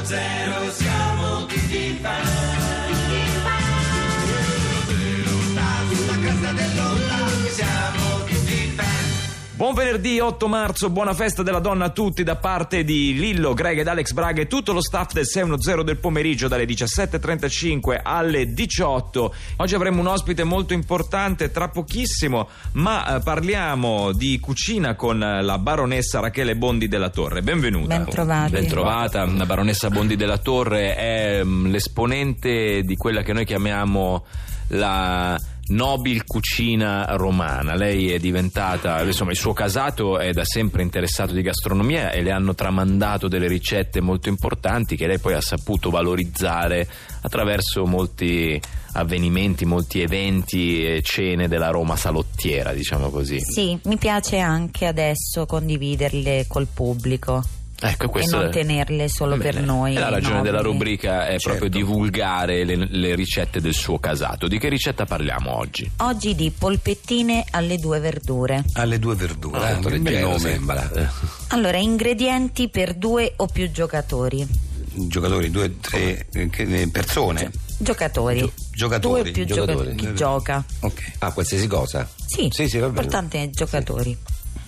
106 siamo tutti fan. Sulla casa dell'onda siamo tutti fan. Buon venerdì 8 marzo, buona festa della donna a tutti da parte di Lillo, Greg ed Alex Braga e tutto lo staff del 610 del pomeriggio dalle 17.35 alle 18. Oggi avremo un ospite molto importante tra pochissimo, ma parliamo di cucina con la baronessa Rachele Bondi della Torre. Benvenuta. Bentrovata. La baronessa Bondi della Torre è l'esponente di quella che noi chiamiamo la nobil cucina romana. Lei è diventata, insomma, il suo casato è da sempre interessato di gastronomia e le hanno tramandato delle ricette molto importanti che lei poi ha saputo valorizzare attraverso molti avvenimenti, molti eventi e cene della Roma salottiera, diciamo così. Sì, mi piace anche adesso condividerle col pubblico. Ecco, e non tenerle solo per noi. La ragione della rubrica è proprio certo, divulgare le ricette del suo casato. Di che ricetta parliamo oggi? Oggi di polpettine alle 2 verdure. Alle 2 verdure, molto un bel leggero, nome. sembra. Allora, ingredienti per 2 o più giocatori. Giocatori, 2, 3 persone. Giocatori. Giocatori. 2 o più Giocatori. chi gioca. Ok. Ah, qualsiasi cosa? Sì, Sì, va bene. l'importante è giocatori.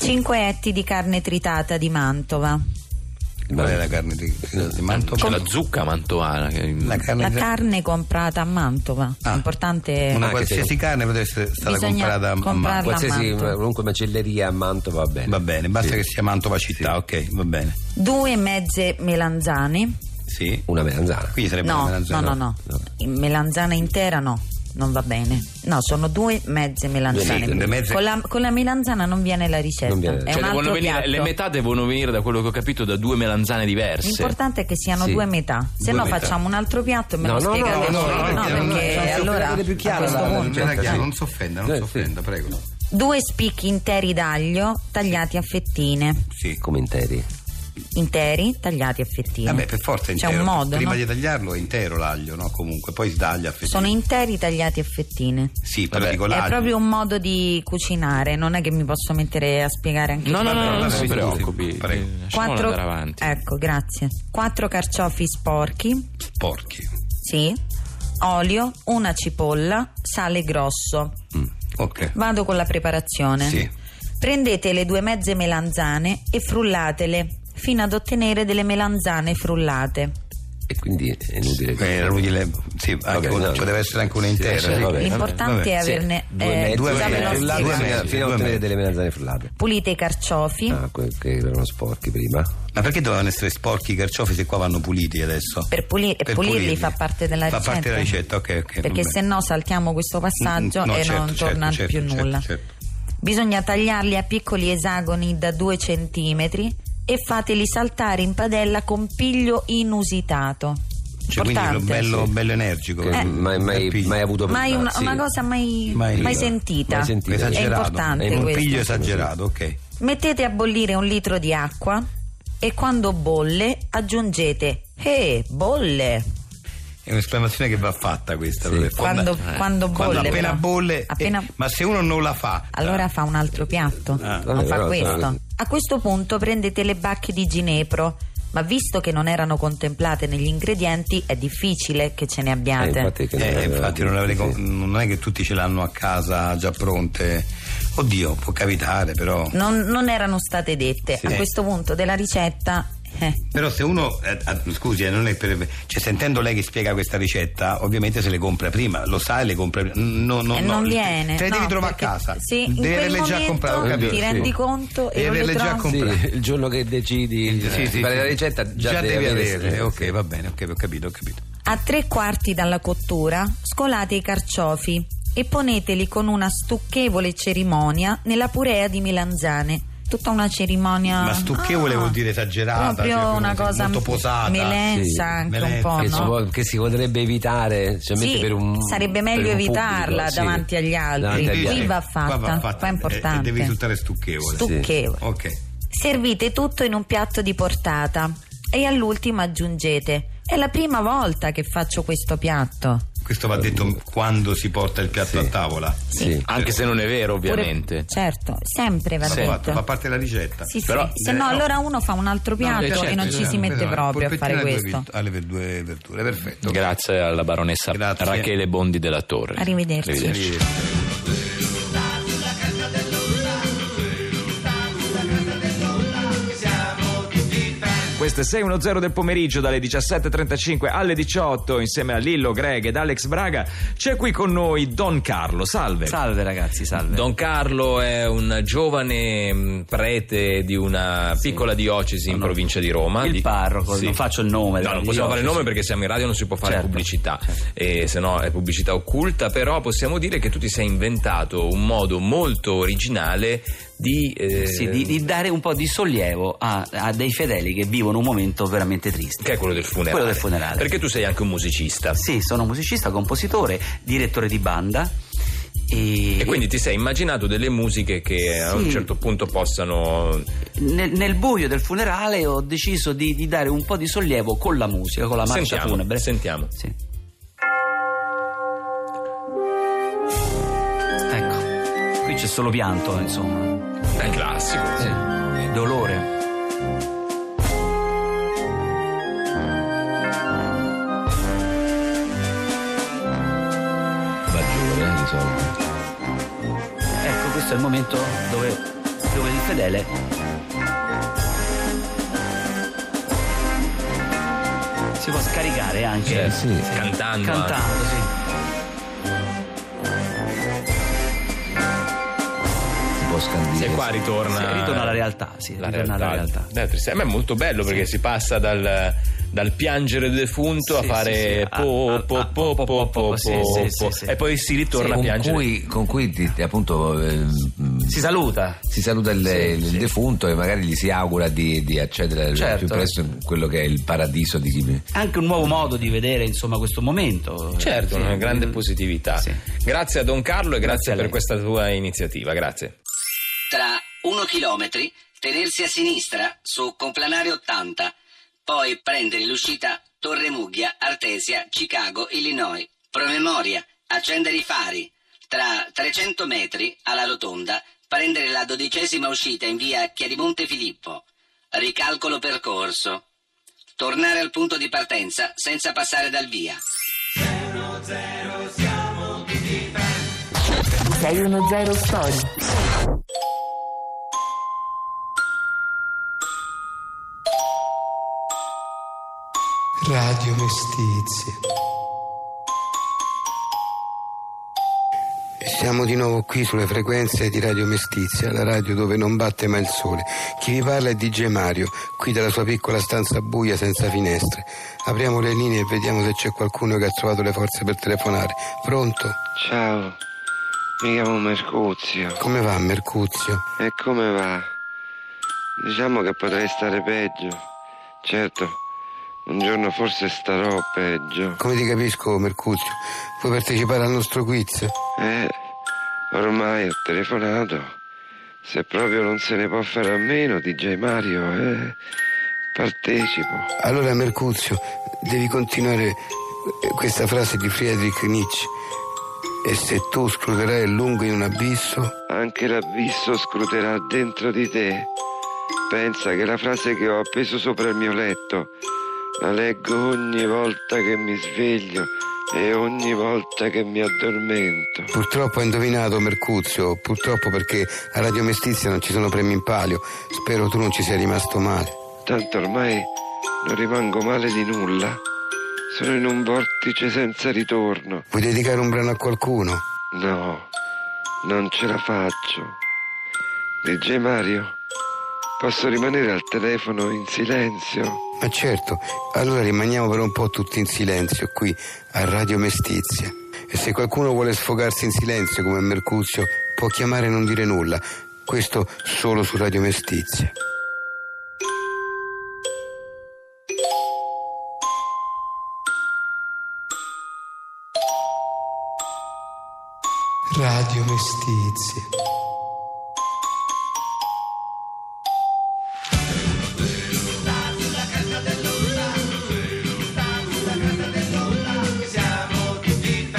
5 etti di carne tritata di Mantova. Qual è la carne di Mantova? C'è la zucca mantovana. La carne comprata a Mantova. L'importe è una qualsiasi carne potrebbe essere stata comprata a Mantova. Qualsiasi, qualunque macelleria a Mantova va bene. Va bene, basta che sia Mantova città, ok, va bene. 2 mezze melanzane. Sì. Una melanzana. Qui sarebbe una melanzana. No. Melanzana intera no. Non va bene. No, sono 2 mezze melanzane. Due mezze. Con la melanzana non viene la ricetta. È un altro piatto. Le metà devono venire, da quello che ho capito, da 2 melanzane diverse. L'importante è che siano 2 metà. Se no facciamo un altro piatto e me lo spiegate voi. No, perché allora più chiaro, a questo punto. Non si offenda, prego. 2 spicchi interi d'aglio tagliati a fettine. Sì. Come interi? Interi tagliati a fettine. Vabbè, per forza intero. C'è un modo, prima no? di tagliarlo è intero l'aglio, no? Comunque, poi si taglia a fettine. Sono interi tagliati a fettine. Sì, però Vabbè, dico È l'aglio. proprio un modo di cucinare, non è che mi posso mettere a spiegare anche No, non si sì, preoccupi. prego. Lasciamolo andare avanti. Ecco, grazie. 4 carciofi sporchi. Sporchi. Sì. Olio, una cipolla, sale grosso. Ok. Vado con la preparazione. Sì. Prendete le 2 mezze melanzane e frullatele fino ad ottenere delle melanzane frullate. E quindi è inutile. Era utile, sì, anche cioè deve essere anche una intera. sì, vabbè. L'importante è averne Due scusate, l'ho mezzi, spiegato. fino a ottenere delle melanzane frullate. Pulite i carciofi. Ah, che erano sporchi prima. Ma perché dovevano essere sporchi i carciofi se qua vanno puliti adesso? Per pulirli fa parte della ricetta. Fa parte della ricetta, ok. Perché se no saltiamo questo passaggio e non torna più nulla. Certo. Bisogna tagliarli a piccoli esagoni da 2 centimetri e fateli saltare in padella con piglio inusitato. Cioè, quindi bello energico. Mai avuto una cosa mai sentita. Mai sentita. È importante un questo. piglio esagerato, ok. Mettete a bollire 1 litro di acqua e quando bolle aggiungete bolle. È un'esclamazione che va fatta questa. Sì. Quando bolle, appena però. bolle ma se uno non la fa allora fa un altro piatto, non fa questo. A questo punto prendete le bacche di ginepro, ma visto che non erano contemplate negli ingredienti è difficile che ce ne abbiate. Infatti non è che tutti ce l'hanno a casa già pronte. Oddio, può capitare, però non erano state dette. A questo punto della ricetta Però se uno scusi, non è cioè, sentendo lei che spiega questa ricetta, ovviamente se le compra prima, lo sa e le compra prima. Non viene. Te le devi trovare a casa. Sì, devi averle già comprate. Ti rendi conto e averle già comprate. Il giorno che decidi di fare la ricetta già devi averle. Ok, va bene, ho capito. A 3/4 dalla cottura scolate i carciofi e poneteli con una stucchevole cerimonia nella purea di melanzane. Tutta una cerimonia. Ma stucchevole vuol dire esagerata, proprio una cosa molto posata, melensa, anche un po', no? Che si potrebbe evitare, sarebbe meglio evitarla pubblico, davanti agli altri. Qui va fatta, qua è importante. Devi risultare stucchevole. Ok. Servite tutto in un piatto di portata e all'ultimo aggiungete: è la prima volta che faccio questo piatto. Questo va detto quando si porta il piatto a tavola. Sì. Anche se non è vero, ovviamente. Certo, sempre va detto. Fa parte della ricetta. Sì, Però, se no allora uno fa un altro piatto e non ci si mette proprio a fare questo. Alle due verdure, perfetto. Grazie alla baronessa Rachele Bondi della Torre. Arrivederci. Questo è 610 del pomeriggio dalle 17.35 alle 18 insieme a Lillo, Greg ed Alex Braga. C'è qui con noi Don Carlo. Salve. Salve ragazzi, salve. Don Carlo è un giovane prete di una piccola diocesi in provincia di Roma. Il parroco, Sì. non faccio il nome. No, non possiamo fare il nome perché siamo in radio, non si può fare pubblicità, e se no è pubblicità occulta, però possiamo dire che tu ti sei inventato un modo molto originale di dare un po' di sollievo a dei fedeli che vivono un momento veramente triste. Che è quello del funerale. Quello del funerale. Perché tu sei anche un musicista. Sì, sono musicista, compositore, direttore di banda. E quindi ti sei immaginato delle musiche che a un certo punto possano... Nel buio del funerale ho deciso di dare un po' di sollievo con la musica, con la marcia funebre. Sentiamo. Sì. Ecco, qui c'è solo pianto, insomma. È classico. Sì. Dolore. Ecco, questo è il momento dove il fedele si può scaricare anche cantando. Sì. E qua ritorna alla realtà, ritorna alla realtà. Ma è molto bello perché si passa dal piangere il defunto a fare e poi si ritorna a piangere. Con cui appunto si saluta il defunto e magari gli si augura di accedere più presto in quello che è il paradiso di chi. Anche un nuovo modo di vedere, insomma, questo momento. Certo, una grande positività. Sì. Grazie a Don Carlo e grazie per lei. questa tua iniziativa. Grazie. Tra 1 chilometri, tenersi a sinistra su Complanare 80, poi prendere l'uscita Torre Mugghia, Artesia, Chicago, Illinois. Promemoria, accendere i fari. Tra 300 metri, alla rotonda, prendere la 12ª uscita in via Chiarimonte Filippo. Ricalcolo percorso. Tornare al punto di partenza senza passare dal via. 610 siamo tutti fan. 610 Story. Radio Mestizia. Siamo di nuovo qui sulle frequenze di Radio Mestizia, la radio dove non batte mai il sole. Chi vi parla è DJ Mario, qui dalla sua piccola stanza buia senza finestre. Apriamo le linee e vediamo se c'è qualcuno che ha trovato le forze per telefonare. Pronto? Ciao, mi chiamo Mercuzio. Come va, Mercuzio? E come va? Diciamo che potrei stare peggio. Certo, un giorno forse starò peggio. Come ti capisco, Mercuzio? Vuoi partecipare al nostro quiz? Ormai ho telefonato. Se proprio non se ne può fare a meno, DJ Mario, partecipo. Allora, Mercuzio, devi continuare questa frase di Friedrich Nietzsche. E se tu scruterai il lungo in un abisso, anche l'abisso scruterà dentro di te. Pensa che la frase che ho appeso sopra il mio letto la leggo ogni volta che mi sveglio e ogni volta che mi addormento. Purtroppo hai indovinato, Mercuzio. Purtroppo, perché a Radio Mestizia non ci sono premi in palio. Spero tu non ci sia rimasto male. Tanto ormai non rimango male di nulla. Sono in un vortice senza ritorno. Vuoi dedicare un brano a qualcuno? No, non ce la faccio. DJ Mario, posso rimanere al telefono in silenzio? Ma certo, allora rimaniamo per un po' tutti in silenzio qui a Radio Mestizia. E se qualcuno vuole sfogarsi in silenzio come Mercuzio, può chiamare e non dire nulla. Questo solo su Radio Mestizia. Radio Mestizia. Siamo tutti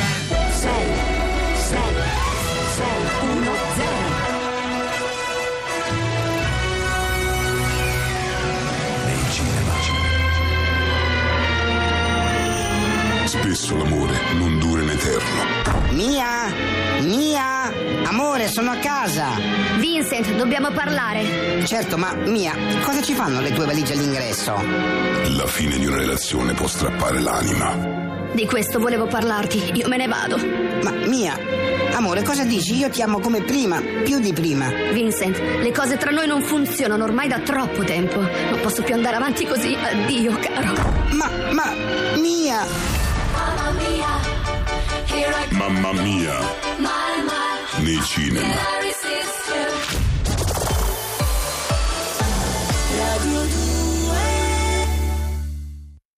spesso l'amore non dura in eterno. Mia, amore, sono a casa. Vincent, dobbiamo parlare. Certo, ma Mia, cosa ci fanno le tue valigie all'ingresso? La fine di una relazione può strappare l'anima. Di questo volevo parlarti, io me ne vado. Ma Mia, amore, cosa dici? Io ti amo come prima, più di prima. Vincent, le cose tra noi non funzionano ormai da troppo tempo. Non posso più andare avanti così. Addio, caro. Ma, Mia. Mamma mia, nei cinema.